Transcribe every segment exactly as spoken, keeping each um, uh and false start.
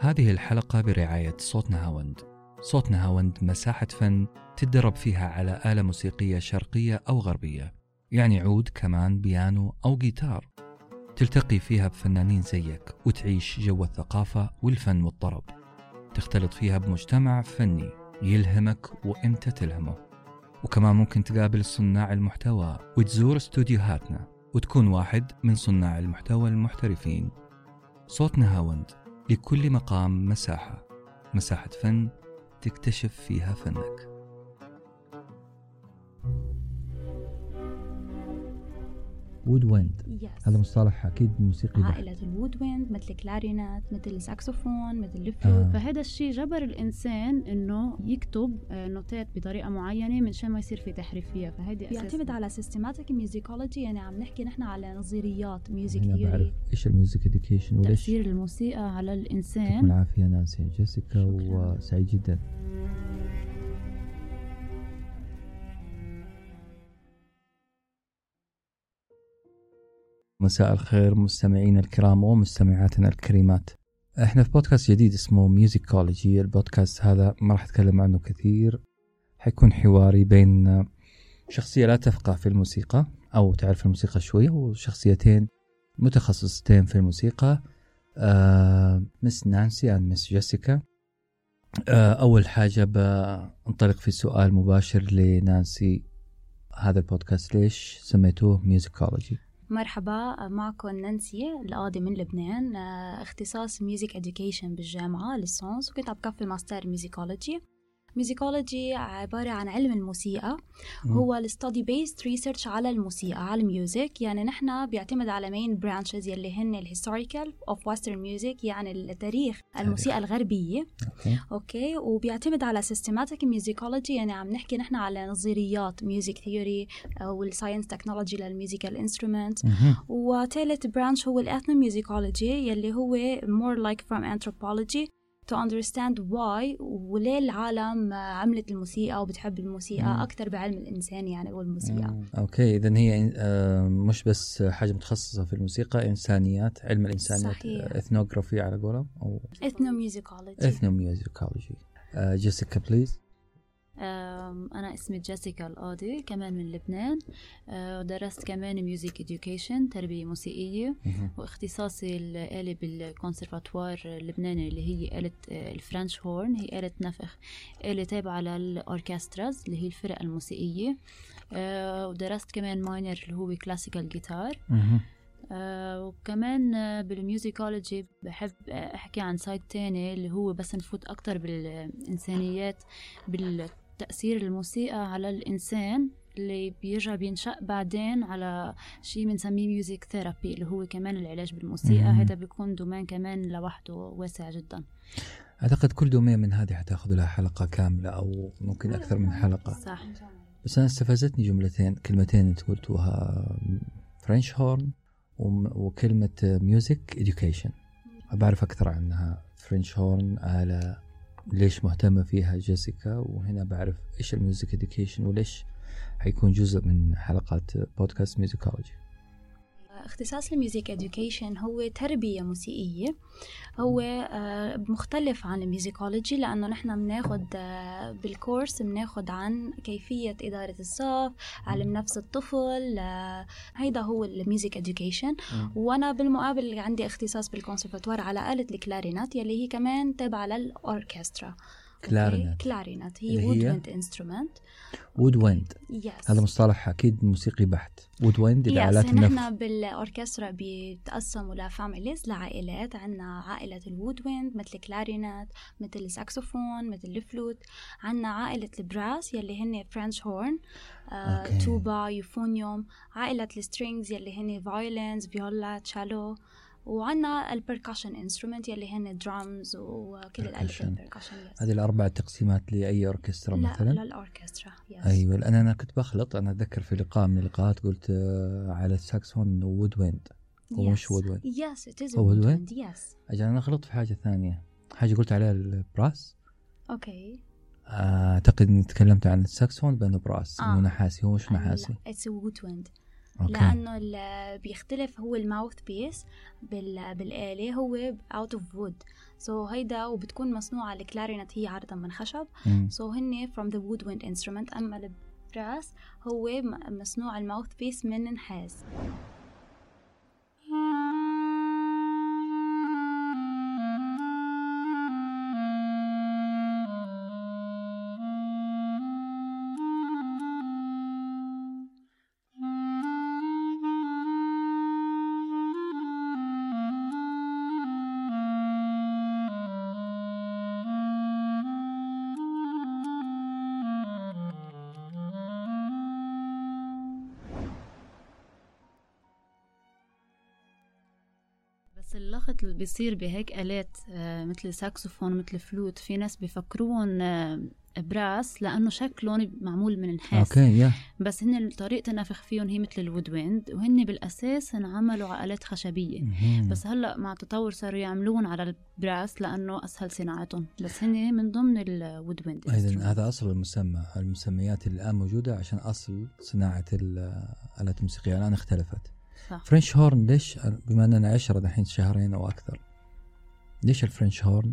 هذه الحلقة برعاية صوت نهاوند. صوت نهاوند مساحة فن تتدرب فيها على آلة موسيقية شرقية أو غربية، يعني عود، كمان، بيانو أو جيتار. تلتقي فيها بفنانين زيك وتعيش جو الثقافة والفن والطرب. تختلط فيها بمجتمع فني يلهمك وإنت تلهمه. وكمان ممكن تقابل صناع المحتوى وتزور استوديوهاتنا وتكون واحد من صناع المحتوى المحترفين. صوت نهاوند، لكل مقام مساحة، مساحة فن تكتشف فيها فنك. وود ويند yes. هذا مصطلح أكيد موسيقي بحت. عائلة الوود ويند مثل كلارينات، مثل الساكسوفون، مثل الفلوت. آه. فهذا الشيء جبر الإنسان إنه يكتب نوتات بطريقة معينة من شان ما يصير في تحريف فيها. فهذا بيعتمد على systematic musicology، يعني عم نحكي نحن على نظريات music هنا theory. بعرف إيش الميوزك إديوكيشن وليش تأثير الموسيقى على الإنسان. يعطيكم العافية نانسي جيسيكا، وسعيد جدا. مساء الخير مستمعين الكرام ومستمعاتنا الكريمات. احنا في بودكاست جديد اسمه ميوزيكولوجي. البودكاست هذا ما راح اتكلم عنه كثير، حيكون حواري بين شخصية لا تفقه في الموسيقى او تعرف الموسيقى شوية، وشخصيتين متخصصتين في الموسيقى، آه مس نانسي and مس جيسيكا. آه اول حاجة بنطلق في سؤال مباشر لنانسي، هذا البودكاست ليش سميتوه ميوزيكولوجي؟ مرحبا، معكم نانسي القاضي من لبنان، اختصاص ميوزك اديوكيشن بالجامعة للسونس، وكنت عم بكفي ماستر ميوزيكولوجي. ميوزيكولوجي عبارة عن علم الموسيقى، هو الستادي بيست ريسيرش على الموسيقى، على الميوزك. يعني نحن بيعتمد على مين برانشز يلي هن الهيستوريكال اوف ويسترن ميوزك، يعني التاريخ الموسيقى الغربية. اوكي, أوكي. وبيعتمد على سيستماتيك ميوزيكولوجي، يعني عم نحكي نحن على نظريات ميوزك ثيوري والساينس تكنولوجي للميوزيكال انسترومنت. وثالث برانش هو الاثنو ميوزيكولوجي، يلي هو more like from anthropology to understand why وليه العالم عملت الموسيقى وبتحب الموسيقى أكتر بعلم الإنسان يعني والموسيقى. مم. أوكي، إذن هي مش بس حاجة متخصصة في الموسيقى، إنسانيات، علم الإنسانيات، إثنوغرافي على قولهم، أو إثنوميوزيكولوجي. إثنوميوزيكولوجي. جيسيكا بليز. أنا اسمي جيسيكا القاضي، كمان من لبنان، ودرست كمان ميوزك إديوكيشن، تربية موسيقية، واختصاصي الآلة بالكونسرفاتوار اللبناني اللي هي آلة الفرنش هورن. هي آلة نفخ، آلة تابعة للأوركستراز اللي هي الفرق الموسيقية. ودرست كمان ماينر اللي هو كلاسيكال جيتار. آه وكمان آه بالميوزيكولوجي بحب آه أحكي عن سايد تاني اللي هو بس نفوت أكتر بالإنسانيات، بالتأثير الموسيقى على الإنسان اللي بيرجع بينشأ بعدين على شيء بنسميه ميوزك ثيرابي، اللي هو كمان العلاج بالموسيقى. هذا بيكون دومين كمان لوحده واسع جدا. أعتقد كل دومين من هذه حتاخذ لها حلقة كاملة أو ممكن أكثر من حلقة. صح. بس أنا استفزتني جملتين، كلمتين أنت قلتوها، فرنش هورن وكلمة ميوزك إديوكيشن. أبعرف أكثر عنها. فرنش هورن آلة ليش مهتمة فيها جيسيكا، وهنا بعرف إيش الميوزك إديوكيشن وليش حيكون جزء من حلقات بودكاست ميوزيكولوجي. اختصاص الميوزك إديوكيشن هو تربية موسيقية. هو مختلف عن الميوزيكولوجي لأنه نحن بناخد بالكورس بناخد عن كيفية إدارة الصف، علم نفس الطفل. هيدا هو الميوزك إديوكيشن. وأنا بالمقابل عندي اختصاص بالكونسرفاتوار على آلة الكلارينات، يلي هي كمان تابعة للأوركسترا. كلارينات. كلارينات هي وود ويند انسترومنت. وود ويند yes. هذا مصطلح أكيد موسيقي بحت. وود ويند الآلات yes. النفخ. نحن بالأوركسترا بيتقسموا لفاميليز، لعائلات. عنا عائلة الوود ويند مثل كلارينات، مثل الساكسوفون، مثل الفلوت. عنا عائلة البراس يلي هن فرنش هورن، آه، توبا، يوفونيوم. عائلة السترينجز يلي هن فايولينز، فيولا، تشالو. وعنا البركاشن انسترومنت يلي هن درامز وكل الآلات البركاشن. هذه الأربع تقسيمات لأي أوركسترا مثلا؟ لا للأوركسترا. yes. أيوة. أنا أنا كنت بخلط. أنا أتذكر في لقاء من اللقاءات قلت على الساكسفون وود ويند. هو مش وود ويند. yes it is وود ويند. yes. أجل أنا خلطت في حاجة ثانية، حاجة قلت عليها البراس. أوكي. أعتقد إني تكلمت عن الساكسفون بأنه براس، إنه آه. نحاسي. هو مش نحاسي. it's wood wind. أوكي. لأنه اللي بيختلف هو الماوث بيس بالآلة هو out of wood. so هيدا وبتكون مصنوعة الكلارينت هي عادة من خشب. مم. so هن from the woodwind instrument. أما البراس هو مصنوع الماوث بيس من نحاس. بس اللغط اللي بيصير بهيك آلات مثل ساكسوفون مثل فلوت في ناس بيفكرون براس لأنه شكلهم معمول من النحاس. أوكي. بس هن طريقة النفخ فيهم هي مثل الوودويند وهن بالأساس انعملوا على آلات خشبية. مم. بس هلأ مع التطور صاروا يعملون على البراس لأنه أسهل صناعتهم. بس هن من ضمن الوودويند. إذن هذا أصل المسمى. المسميات اللي الآن موجودة عشان أصل صناعة الآلات الموسيقية الآن اختلفت. صح. فرنش هورن ليش بما أننا عشرة دحين شهرين أو أكثر ليش الفرنش هورن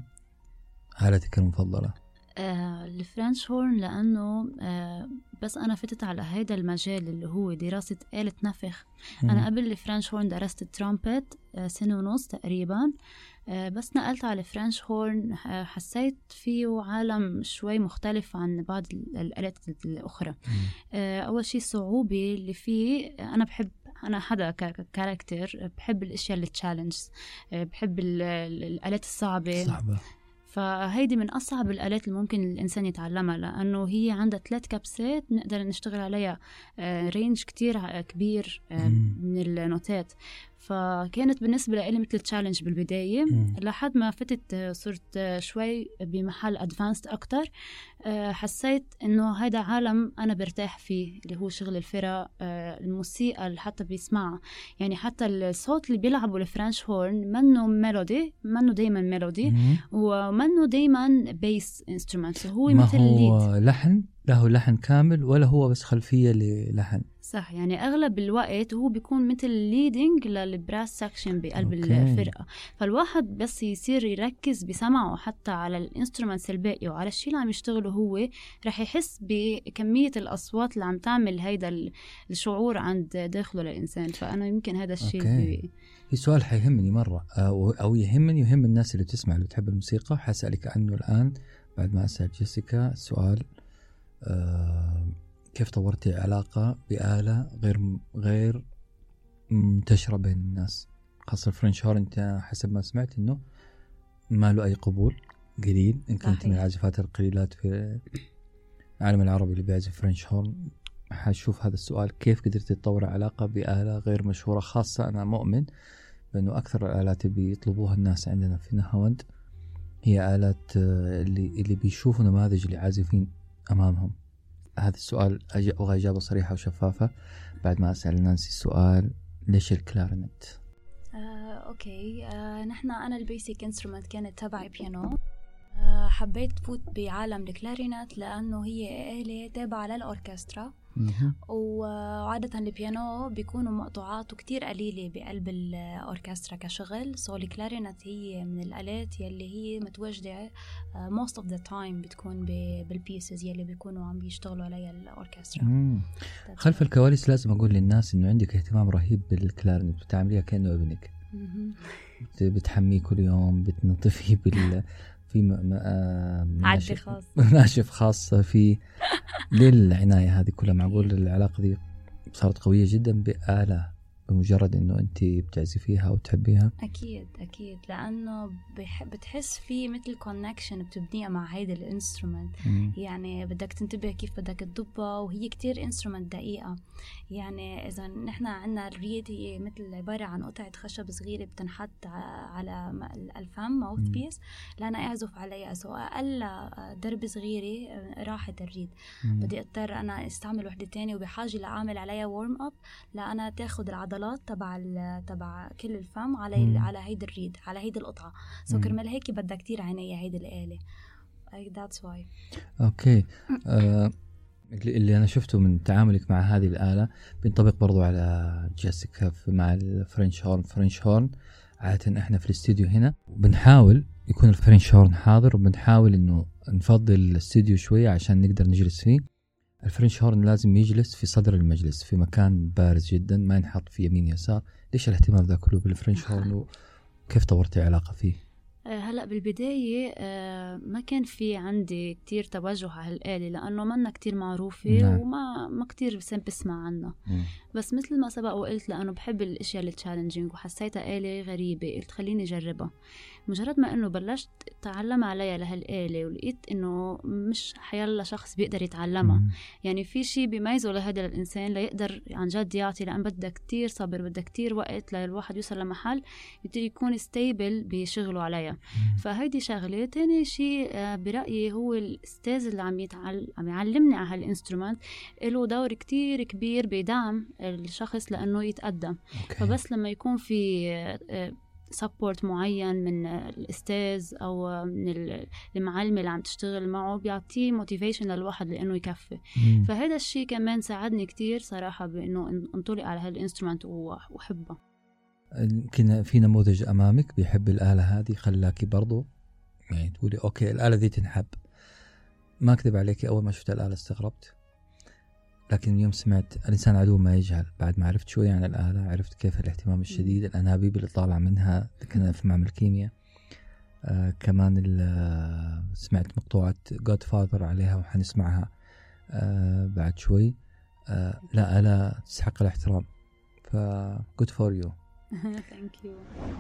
آلتك المفضلة؟ آه الفرنش هورن لأنه آه بس أنا فتت على هيدا المجال اللي هو دراسة آلة نفخ. مم. أنا قبل الفرنش هورن درست الترامبت آه سنة ونص تقريبا. آه بس نقلت على الفرنش هورن آه حسيت فيه عالم شوي مختلف عن بعض الآلات الأخرى. آه أول شيء الصعوبة اللي فيه. أنا بحب أنا حدا كاركتر بحب الأشياء اللي تشالنجز. بحب الآلات الصعبة صعبة. فهيدي من أصعب الآلات اللي ممكن الإنسان يتعلمها لأنه هي عندها ثلاث كبسات نقدر نشتغل عليها رينج كتير كبير من النوتات. فكانت بالنسبة لي مثل تشالنج بالبداية مم. لحد ما فتت صرت شوي بمحل أدفانسد أكتر. حسيت إنه هذا عالم أنا برتاح فيه اللي هو شغل الفرق الموسيقى اللي حتى بيسمعها. يعني حتى الصوت اللي بيلعبوا الفرنش هورن منه ميلودي منه دايما ميلودي ومنه دايما بيس انسترومنت. هو ما مثل هو الليد. لحن له لحن كامل ولا هو بس خلفية للحن. صح. يعني أغلب الوقت هو بيكون مثل ليدنج للبراس سكشن بقلب أوكي. الفرقة. فالواحد بس يصير يركز بسمعه حتى على الانسترومنتس الباقي وعلى الشيء اللي عم يشتغله هو رح يحس بكمية الأصوات اللي عم تعمل هيدا الشعور عند داخله للإنسان. فأنا يمكن هذا الشيء بي... في سؤال حيهمني مرة أو, أو يهمني يهم الناس اللي تسمع اللي تحب الموسيقى. حسألك عنه الآن بعد ما أسأل جيسيكا السؤال. أه... كيف طورتي علاقة بآلة غير غير منتشرة بين الناس خاصة الفرنش هورن؟ أنت حسب ما سمعت إنه ما له أي قبول قليل. إن كنت من العازفات القليلات في العالم العربي اللي بيعزف فرنش هورن. حشوف هذا السؤال كيف قدرت تطور علاقة بآلة غير مشهورة خاصة أنا مؤمن بأنه أكثر الآلات اللي بيطلبوها الناس عندنا في نهاوند هي آلات اللي اللي بيشوفوا نماذج لعازفين أمامهم. هذا السؤال أبغى إجابة صريحة وشفافة بعد ما أسأل نانسي السؤال ليش الكلارينت؟ آه، أوكي. آه، نحن أنا البيسيك إنسترومنت كانت تبعي بيانو. آه، حبيت فوت بعالم الكلارينت لأنه هي آلة تابعة للأوركسترا. وعادة البيانو بيكونوا مقطوعاته كتير قليلة بقلب الأوركسترا كشغل. سو الكلارينت هي من الآلات يلي هي متواجدة uh, most of the time بتكون بالبيسز يلي بيكونوا عم بيشتغلوا عليها الأوركسترا. خلف الكواليس لازم أقول للناس إنه عندك اهتمام رهيب بالكلارينت. بتعمليها كأنه ابنك. بتحميه كل يوم بتنظفيه بال في عدة خاص ناشف خاص في للعناية هذه كلها. معقول العلاقة دي صارت قوية جدا بآلة بمجرد إنه أنت بتعزفيها وتحبيها؟ أكيد أكيد لأنه بتحس في مثل كونكشن بتبنيها مع هيدا الانسترومنت. يعني بدك تنتبه كيف بدك تضبها وهي كتير انسترومنت دقيقة. يعني إذا نحن عنا الريد هي مثل عبارة عن قطعة خشب صغيرة بتنحط على الفم ماوث بيس لأنا أعزف عليها. سو أقل درب صغيرة راحت الريد. بدي أضطر أنا استعمل وحدة تانية وبحاجة لأعمل عليها وورم أب لأنا تاخد العضلات تبع تبع كل الفم على مم. على هيدا الريد على هيدا القطعة. سو كرمال هيك بدها كتير عناية هيدا الآلة. That's why. أوكي. آه اللي أنا شفته من تعاملك مع هذه الآلة بينطبق برضو على جيسيكا مع الفرنش هورن. فرنش هورن عادة إحنا في الاستوديو هنا بنحاول يكون الفرنش هورن حاضر، وبنحاول إنه نفضل الاستوديو شوية عشان نقدر نجلس فيه. الفرنش هورن لازم يجلس في صدر المجلس في مكان بارز جدا، ما ينحط في يمين يسار. ليش الاهتمام ذا كله بالفرنش هورن وكيف طورتي علاقة فيه؟ هلأ بالبداية ما كان في عندي كتير توجه على الآلة لأنه منا كتير معروفة. نعم. وما ما كتير بسمع عنها. م. بس مثل ما سبق وقلت لأنه بحب الأشياء التشالنجينج وحسيتها آلة غريبة، قلت خليني أجربها. مجرد ما أنه بلشت تعلم عليها لهالآلة ولقيت أنه مش حيالله شخص بيقدر يتعلمها. م. يعني في شيء بيميزه لهذا الإنسان ليقدر عن جد يعطي، لأن بدأ كتير صبر، بدأ كتير وقت للواحد يوصل لمحل يبتدي يكون ستيبل بشغله عليها. فهيدي شغلة. تاني شيء برأيي هو الأستاذ اللي عم يتعلم عم يعلمني على هالإنسترومنت له دور كتير كبير بدعم الشخص لأنه يتقدم. أوكي. فبس لما يكون في سبورت معين من الأستاذ أو من المعلم اللي عم تشتغل معه بيعطيه موتيفيشن للواحد لأنه يكفي. مم. فهذا الشيء كمان ساعدني كتير صراحة بأنه انطلق على هالإنسترومنت وحبه. يمكن في نموذج أمامك بيحب الآلة هذه خلاكي برضو يعني تقولي أوكي الآلة ذي تنحب. ما أكذب عليكي، أول ما شفت الآلة استغربت، لكن يوم سمعت الإنسان عدو ما يجهل، بعد ما عرفت شوية عن الآلة عرفت كيف الاهتمام الشديد، الأنابيب اللي طالع منها كنا في معمل كيمياء. آه كمان سمعت مقطوعة Godfather عليها وحنسمعها آه بعد شوي. آه لا آلة تستحق الاحترام. ف good for you. Thank you.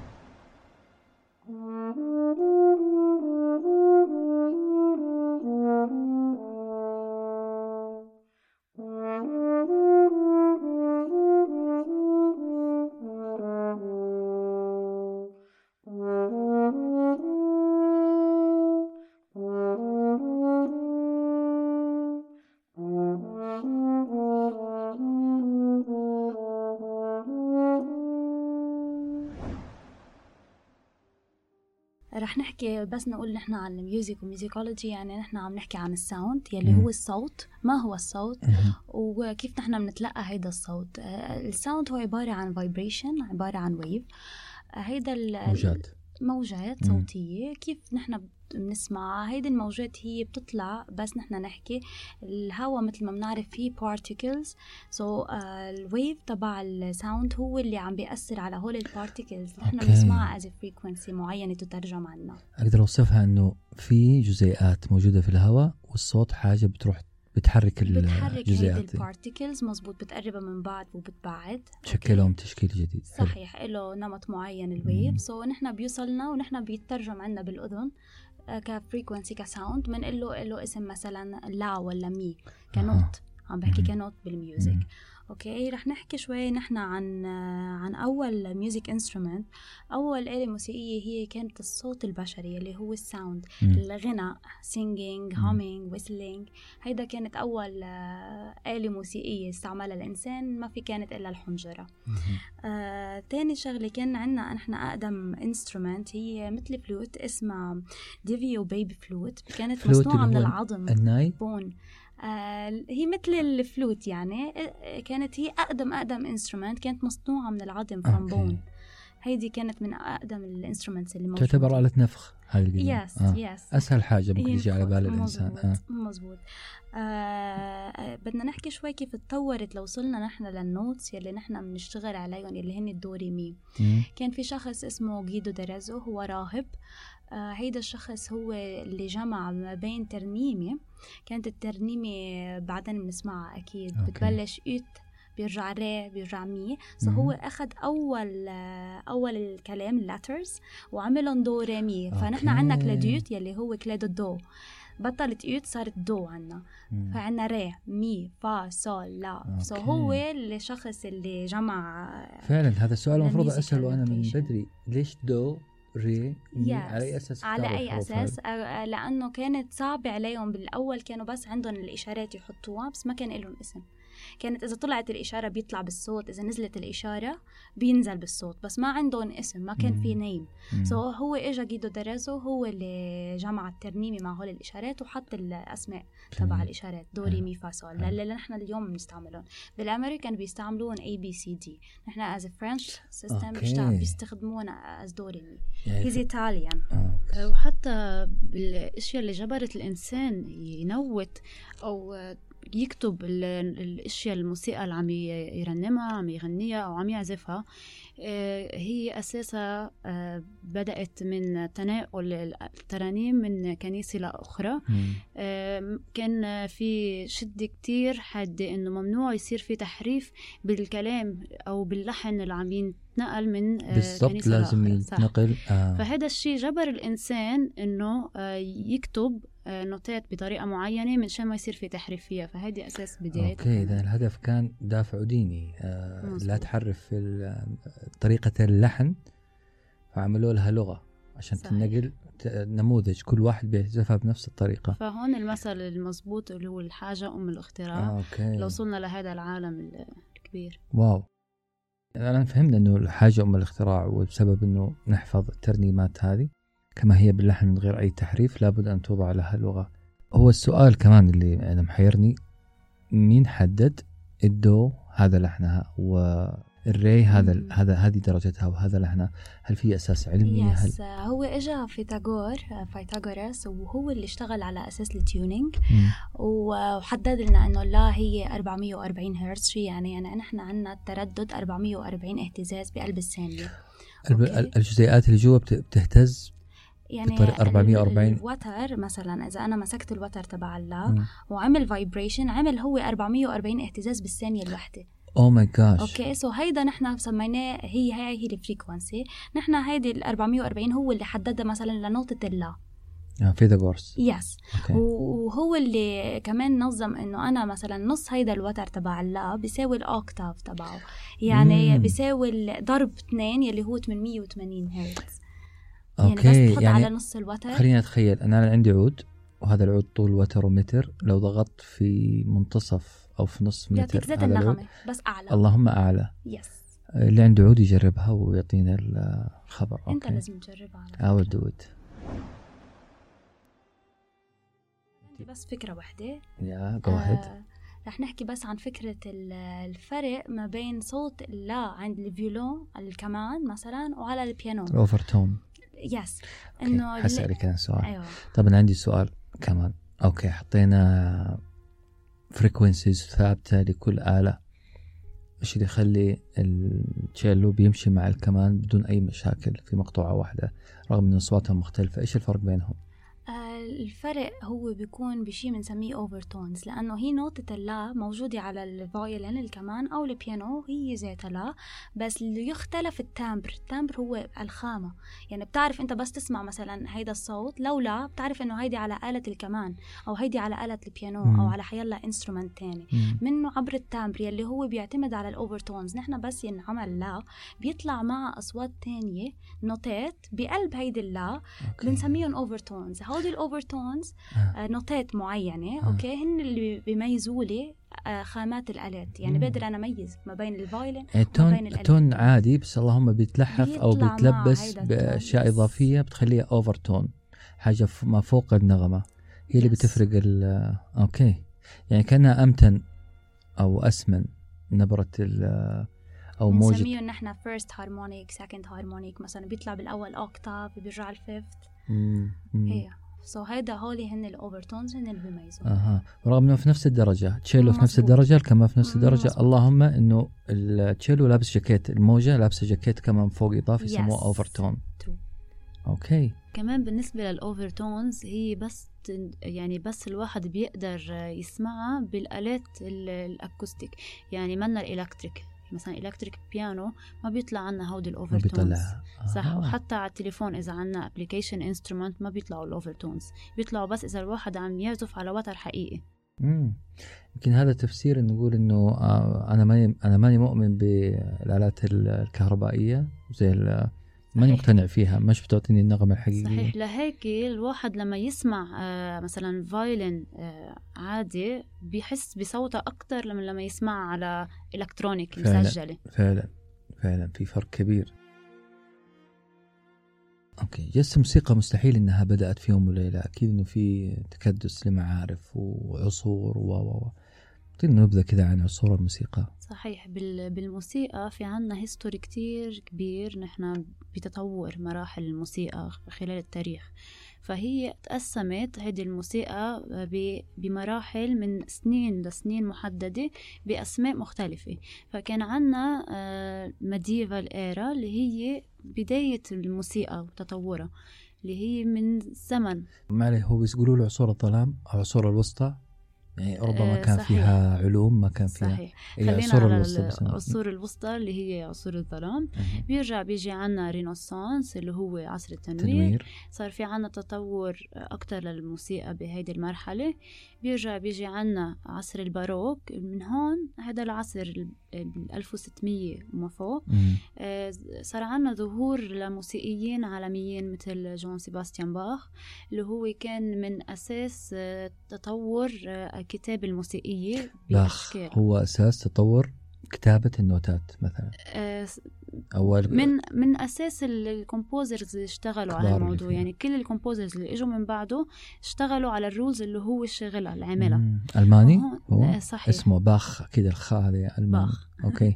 رح نحكي بس نقول نحن عن الميوزك وميوزيكولوجي، يعني نحن عم نحكي عن الساوند يلي هو الصوت. ما هو الصوت وكيف نحن بنتلقى هيدا الصوت؟ الساوند هو عبارة عن فايبريشن، عبارة عن ويف. هيدا موجات موجات صوتية. كيف نحن بنسمع هيدي الموجات؟ هي بتطلع بس نحن نحكي الهواء مثل ما بنعرف فيه particles. so الويف تبع الساوند هو اللي عم بيأثر على هول البارتيكلز نحن بنسمعها as a frequency معينة تترجم عنا. أقدر أوصفها إنه في جزيئات موجودة في الهواء والصوت حاجة بتروح بتحرك الجزيئات، بتحرك البارتيكلز مزبوط، بتقربها من بعض وبتبعد، تشكلهم تشكيل جديد. صحيح، له نمط معين الويف. سو so نحن بيوصلنا ونحن بيترجم عنا بالأذن كفريكونسي كساوند. من له له اسم مثلا لا ولا مي كنوت. عم بحكي كنوت بالميوزك. اوكي رح نحكي شوي نحن عن عن اول ميوزك انسترومنت. اول آلة موسيقية هي كانت الصوت البشري اللي هو الساوند، الغناء، singing, humming, whistling. هيدا كانت اول آلة موسيقية استعملها الانسان، ما في كانت الا الحنجرة. آه، تاني شغلة كان عنا نحن اقدم انسترومنت هي مثل فلوت اسمها ديفيو بيبي فلوت. كانت مصنوعة من العظم، الناي بون. آه هي مثل الفلوت يعني. كانت هي أقدم أقدم إنسترومنت، كانت مصنوعة من العظم from bone. هيدي كانت من أقدم الإنسترومنتس اللي موجودة. تعتبر آلة نفخ هذه القديمة. يس آه. يس أسهل حاجة ممكن يجي على بال الإنسان. مزبوط. آه. مزبوط. آه بدنا نحكي شوي كيف تطورت لو وصلنا نحن للنوتس يلي نحن بنشتغل عليهم يلي هن الدوري مي. مم. كان في شخص اسمه غيدو ديريزو، هو راهب. آه هيدا الشخص هو اللي جمع ما بين ترنيمة، كانت الترنيمة بعدين بنسمعها أكيد. أوكي. بتبلش إيت بيرجع ري بيرجع مي. سو so هو أخذ أول أول الكلام اللاترز وعملهم دو ري مي. فنحن عنا كلاديوت يلي هو كلادو دو، بطلت إيت صارت دو عنا. فعنا ري مي فا صول لا. سو so هو الشخص اللي جمع. فعلا هذا السؤال المفروض أسأله أنا من بدري، ليش دو ري مي؟ على أي أساس؟ على أي أساس؟ هذا؟ لأنه كانت صعبة عليهم بالأول، كانوا بس عندهم الإشارات يحطوها بس ما كان لهم اسم. كانت إذا طلعت الإشارة بيطلع بالصوت، إذا نزلت الإشارة بينزل بالصوت، بس ما عندهم اسم، ما كان في نيم. سو so هو إجا جيدو دريسو هو اللي جمع الترنيمة مع هول الإشارات وحط الأسماء تبع الإشارات دوري مي فا سول اللي نحن اليوم بنستعملهم. بالأمريكان بيستعملون A B C D، نحن as a French system بيستخدمونا as دوري مي. he's Italian. وحتى بالاشياء اللي جبرت الانسان ينوت او يكتب الاشياء الموسيقى اللي عم يرنمها عم يغنيها او عم يعزفها، هي اساسا بدات من تناول الترانيم من كنيسه لاخرى. كان في شده كتير حاده انه ممنوع يصير في تحريف بالكلام او باللحن اللي عم ينتقل من بالضبط، لازم يتنقل. آه. فهذا الشيء جبر الانسان انه يكتب نوتات بطريقه معينه من شان ما يصير في تحريف فيها. فهذه اساس بدايه. اوكي، اذا الهدف كان دافع ديني، آه لا تحرف في طريقه اللحن، فعملوا لها لغه عشان صحيح. تنقل نموذج كل واحد بيعزفها بنفس الطريقه. فهون المثل المضبوط اللي هو الحاجه ام الاختراع. آه، أوكي. لو وصلنا لهذا العالم الكبير. واو، أنا فهمنا إنه الحاجة أم الاختراع، وبسبب إنه نحفظ الترنيمات هذه كما هي باللحن من غير أي تحريف لابد أن توضع لها لغة. هو السؤال كمان اللي أنا محيرني، مين حدد الدو هذا لحنها والري هذا م- هذا هذه درجتها وهذا لحنها؟ هل في أساس علمي؟ هل هو إجا فيثاغور فيثاغورس وهو اللي اشتغل على أساس التيونينج وحدد لنا إنه لا هي أربعمية وأربعين هرتز. شو يعني؟ يعني نحن عنا التردد أربعمية وأربعين اهتزاز بقلب الثانية. الجزيئات اللي جوا بتهتز يعني أربعمية وأربعين. الوتر مثلا إذا أنا مسكت الوتر تبع الله وعمل فايبريشن، عمل هو أربعمية وأربعين اهتزاز بالثانية الواحدة. أوه ماي جاش. أوكي، سو هيدا نحن سميناه هي هي هي الفريكوانسي. نحن هيدي ال أربعمية وأربعين هو اللي حددها مثلا لنوتة اللا. فيثاغورس. يس. وهو اللي كمان نظم إنه أنا مثلا نص هيدا الوتر تبع اللا بيساوي الأوكتاف تبعه، يعني مم. بيساوي ضرب اثنين يلي هو ثمانمية وثمانين هرتز. أوكي. يعني بس تحط يعني على نص الوتر. خلينا نتخيل أنا عندي عود، وهذا العود طول وتر ومتر، لو ضغطت في منتصف أو في نص متر هذا النغمة بس أعلى. اللهم أعلى. يس. اللي عنده عود يجربها ويعطينا الخبر. أنت أوكي. لازم تجربها. I will do it. عندي بس فكرة واحدة. يا go ahead. آه رح نحكي بس عن فكرة الفرق ما بين صوت اللا عند الفيولون الكمان مثلا وعلى البيانو. الأوفرتون. يس. إنه حسألك أنا سؤال. أيوة. طبعا عندي سؤال كمان. أوكي، حطينا فريكوينسيز ثابتة لكل آلة، إيش اللي يخلي التشيلو بيمشي مع الكمان بدون أي مشاكل في مقطوعة واحدة رغم أن أصواتهم مختلفة؟ إيش الفرق بينهم؟ الفرق هو بيكون بشي بنسميه اوفرتونز، لانه هي نوتة اللا موجودة على الفايولين الكمان او البيانو هي ذاتها لا، بس اللي يختلف التامبر. التامبر هو الخامة، يعني بتعرف انت بس تسمع مثلا هيدا الصوت لو لا بتعرف انه هيدي على آلة الكمان او هيدي على آلة البيانو مم. او على حيلا انسترومنت تاني مم. منه عبر التامبر يلي هو بيعتمد على الاوفرتونز. نحن بس ينعمل لا بيطلع مع اصوات تانية نوتات بقلب هيدي اللا بنسميهم اوفرتونز. هودي الاوفرتونز آه. نوتات معينه آه. اوكي هن اللي بيميزوا لي آه خامات الالات، يعني مم. بقدر انا اميز ما بين الفايولين يعني وما بين الالات. تون عادي بس اللهم بيتلحف او بيتلبس باشياء اضافيه بتخليها اوفرتون، حاجه ما فوق النغمه هي اللي بتفرق. اوكي، يعني كانها امتن او اسمن نبره ال او موجه. بنسميه نحن فيرست هارمونيك سكند هارمونيك، مثلا بيطلع بالاول اوكتاف بيرجع الفيفث. هي سو so هيدا هولي هن الاوفرتونز هن اللي بيميزوا. اها، رغم انه في نفس الدرجه تشيلو في نفس الدرجه الكمان في نفس الدرجه مزبوط. اللهم انه التشيلو لابس جاكيت، الموجه لابسه جاكيت كمان فوق اضافي يسموه yes. اوفرتون. اوكي. كمان بالنسبه للاوفرتونز هي بس يعني بس الواحد بيقدر يسمعها بالالات الاكوستيك، يعني منا الالكتريك. مثلا إلكتريك بيانو ما بيطلع عنا هودي الأوفرتونز صح آه. وحتى على التليفون إذا عنا أبليكيشن إنسترومنت ما بيطلعوا الأوفرتونز، بيطلعوا بس إذا الواحد عم يعزف على وتر حقيقي. امم يمكن هذا تفسير نقول إنه آه أنا ماني أنا ماني مؤمن بالآلات الكهربائية زي ماني مقتنع فيها، مش بتعطيني النغمة الحقيقية. صحيح. لهيك الواحد لما يسمع آه مثلا فايلن آه عادي بيحس بصوته أكتر لما لما يسمع على إلكترونيك مسجلة. فعلا فعلا في فرق كبير. أوكي، جلسة موسيقى مستحيل إنها بدأت في يوم وليلة، أكيد إنه في تكدس لمعارف وعصور و و أعطينا نبذة كذا عن عصور الموسيقى. صحيح. بالموسيقى في عنا هيستوري كتير كبير، نحن بتطور مراحل الموسيقى خلال التاريخ. فهي تقسمت هذه الموسيقى بمراحل من سنين لسنين محددة بأسماء مختلفة. فكان عنا ميديفال إيرا اللي هي بداية الموسيقى وتطورها، اللي هي من زمن ما عليه، هو بيقولوا له عصور الظلام أو عصور الوسطى، يعني ربما كان صحيح. فيها علوم ما كان فيها. صحيح. خلينا على العصور الوسطى اللي هي عصور الظلام. أه. بيرجع بيجي عنا رينيسانس اللي هو عصر التنوير. تنوير. صار في عنا تطور أكتر للموسيقى بهيدي المرحلة. بيرجع بيجي عنا عصر الباروك. من هون هذا العصر ألف وستمية وما فوق آه صار عنا ظهور لموسيقيين عالميين مثل جون سيباستيان باخ، اللي هو كان من أساس آه تطور آه الكتابة الموسيقية. باخ هو أساس تطور كتابة النوتات مثلا. آه أول من من أساس الكومبوزرز اللي اشتغلوا على الموضوع، يعني كل الكومبوزرز اللي اجوا من بعده اشتغلوا على الرولز اللي هو شغلها اللي عملها. ألماني هو صحيح. اسمه باخ كده، الخاء هذه ألماني. أوكي.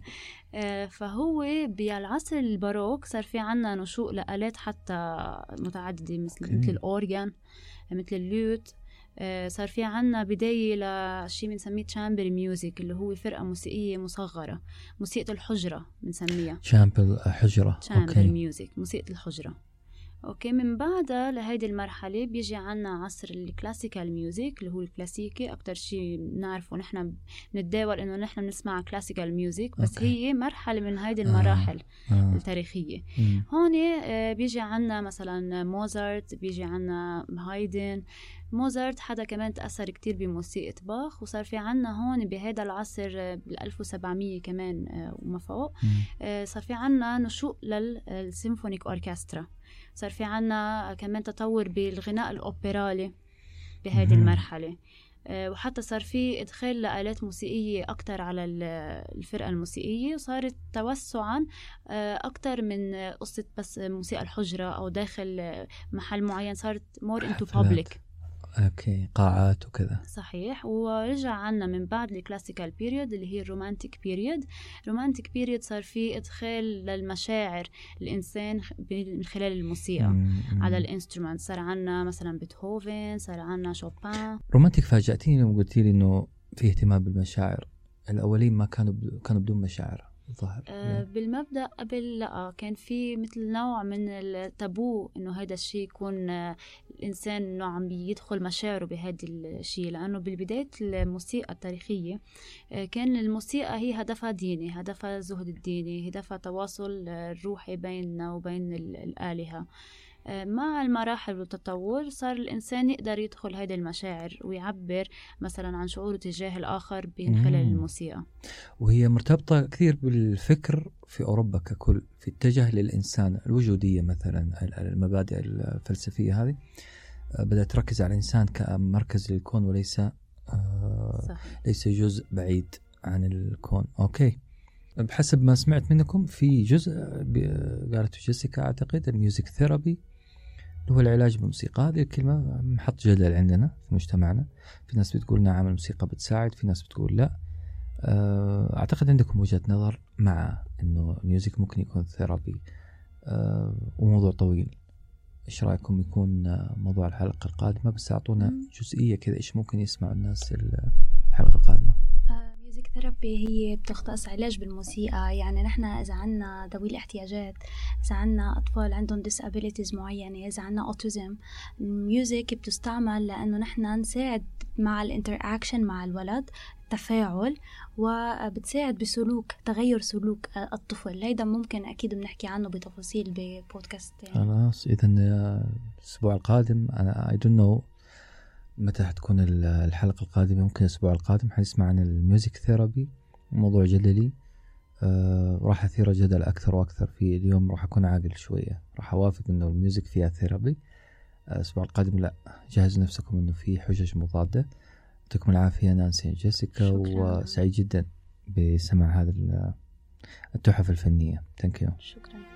فهو بالعصر الباروك صار في عنا نشوء لآلات حتى متعددة مثل مثل الأورغان، مثل اللوت. صار في عنا بداية لشيء بنسميه تشامبر ميوزك، اللي هو فرقة موسيقية مصغرة، موسيقى الحجرة بنسميها. تشامبر حجرة. تشامبر ميوزك، موسيقى الحجرة. اوكي. من بعدها لهيدي المرحله بيجي عنا عصر الكلاسيكال ميوزك اللي هو الكلاسيكي. اكتر شيء بنعرفه نحن بنتداول انه نحن بنسمع كلاسيكال ميوزك، بس أوكي. هي مرحله من هيدي المراحل آه. آه. التاريخيه. مم. هون بيجي عنا مثلا موزارت، بيجي عنا هايدن. موزارت حدا كمان تأثر كتير بموسيقى باخ، وصار في عنا هون بهذا العصر بالألف وسبعمية كمان وما فوق صار في عنا نشوء للسيمفونيك أوركسترا. صار في عنا كمان تطور بالغناء الأوبرالي بهذه المرحلة، وحتى صار في إدخال لآلات موسيقية أكتر على الفرقة الموسيقية، وصارت توسعا أكتر من قصة بس موسيقى الحجرة أو داخل محل معين، صارت more into public. اوكي، قاعات وكذا. صحيح. ورجع عنا من بعد الكلاسيكال بيريود اللي هي الرومانتيك بيريود. الرومانتيك بيريود صار فيه ادخال للمشاعر الانسان من خلال الموسيقى مم. على الانسترومنت. صار عنا مثلا بيتهوفن، صار عنا شوبان. رومانتيك فاجأتيني لما قلتي لي انه في اهتمام بالمشاعر. الاولين ما كانوا ب... كانوا بدون مشاعر ظاهر. آه بالمبدأ قبل لا كان في مثل نوع من التابو انه هذا الشيء يكون آه الانسان انه عم بيدخل مشاعره بهذا الشيء، لانه بالبداية الموسيقى التاريخية آه كان الموسيقى هي هدفها ديني، هدفها الزهد الديني، هدفها تواصل الروحي بيننا وبين الآلهة. مع المراحل والتطور صار الإنسان يقدر يدخل هذه المشاعر ويعبر مثلا عن شعوره تجاه الآخر من خلال الموسيقى. وهي مرتبطة كثير بالفكر في أوروبا ككل، في اتجاه للإنسان الوجودية مثلا. المبادئ الفلسفية هذه بدأت تركز على الإنسان كمركز للكون وليس صحيح. ليس جزء بعيد عن الكون. أوكي. بحسب ما سمعت منكم في جزء قالته جيسيكا أعتقد الميوزك ثيرابي اللي هو العلاج بالموسيقى. هذه الكلمة محط جدل عندنا في مجتمعنا، في ناس بتقول نعم الموسيقى بتساعد، في ناس بتقول لا. أعتقد عندكم وجهة نظر مع إنه الميوزك ممكن يكون ثيرابي وموضوع طويل. إيش رأيكم يكون موضوع الحلقة القادمة؟ بس أعطونا جزئية كذا إيش ممكن يسمعوا الناس الحلقة القادمة. الميوزك ثيرابي هي بتختص علاج بالموسيقى. يعني نحن إذا عنا ذوي الاحتياجات، إذا عنا أطفال عندهم disabilities معينة، إذا عنا أوتيزم، الميوزك بتستعمل لأنه نحن نساعد مع الانتراكشن مع الولد، تفاعل، وبتساعد بسلوك تغير سلوك الطفل. هيدا ممكن أكيد بنحكي عنه بتفاصيل ببودكاست يعني. خلاص إذن الأسبوع القادم أنا I don't know متى حتكون الحلقة القادمة، ممكن الأسبوع القادم حنسمع عن الميوزك ثيرابي، موضوع جدلي آه راح أثير جدل أكثر وأكثر فيه. اليوم راح أكون عاقل شوية، راح أوافق إنه الميوزك فيها ثيرابي. الأسبوع آه القادم لا، جهزوا نفسكم إنه في حجج مضادة. يعطيكم العافية نانسي جيسيكا، وسعيد جدا بسمع هذا التحف الفنية. Thank you. شكرا.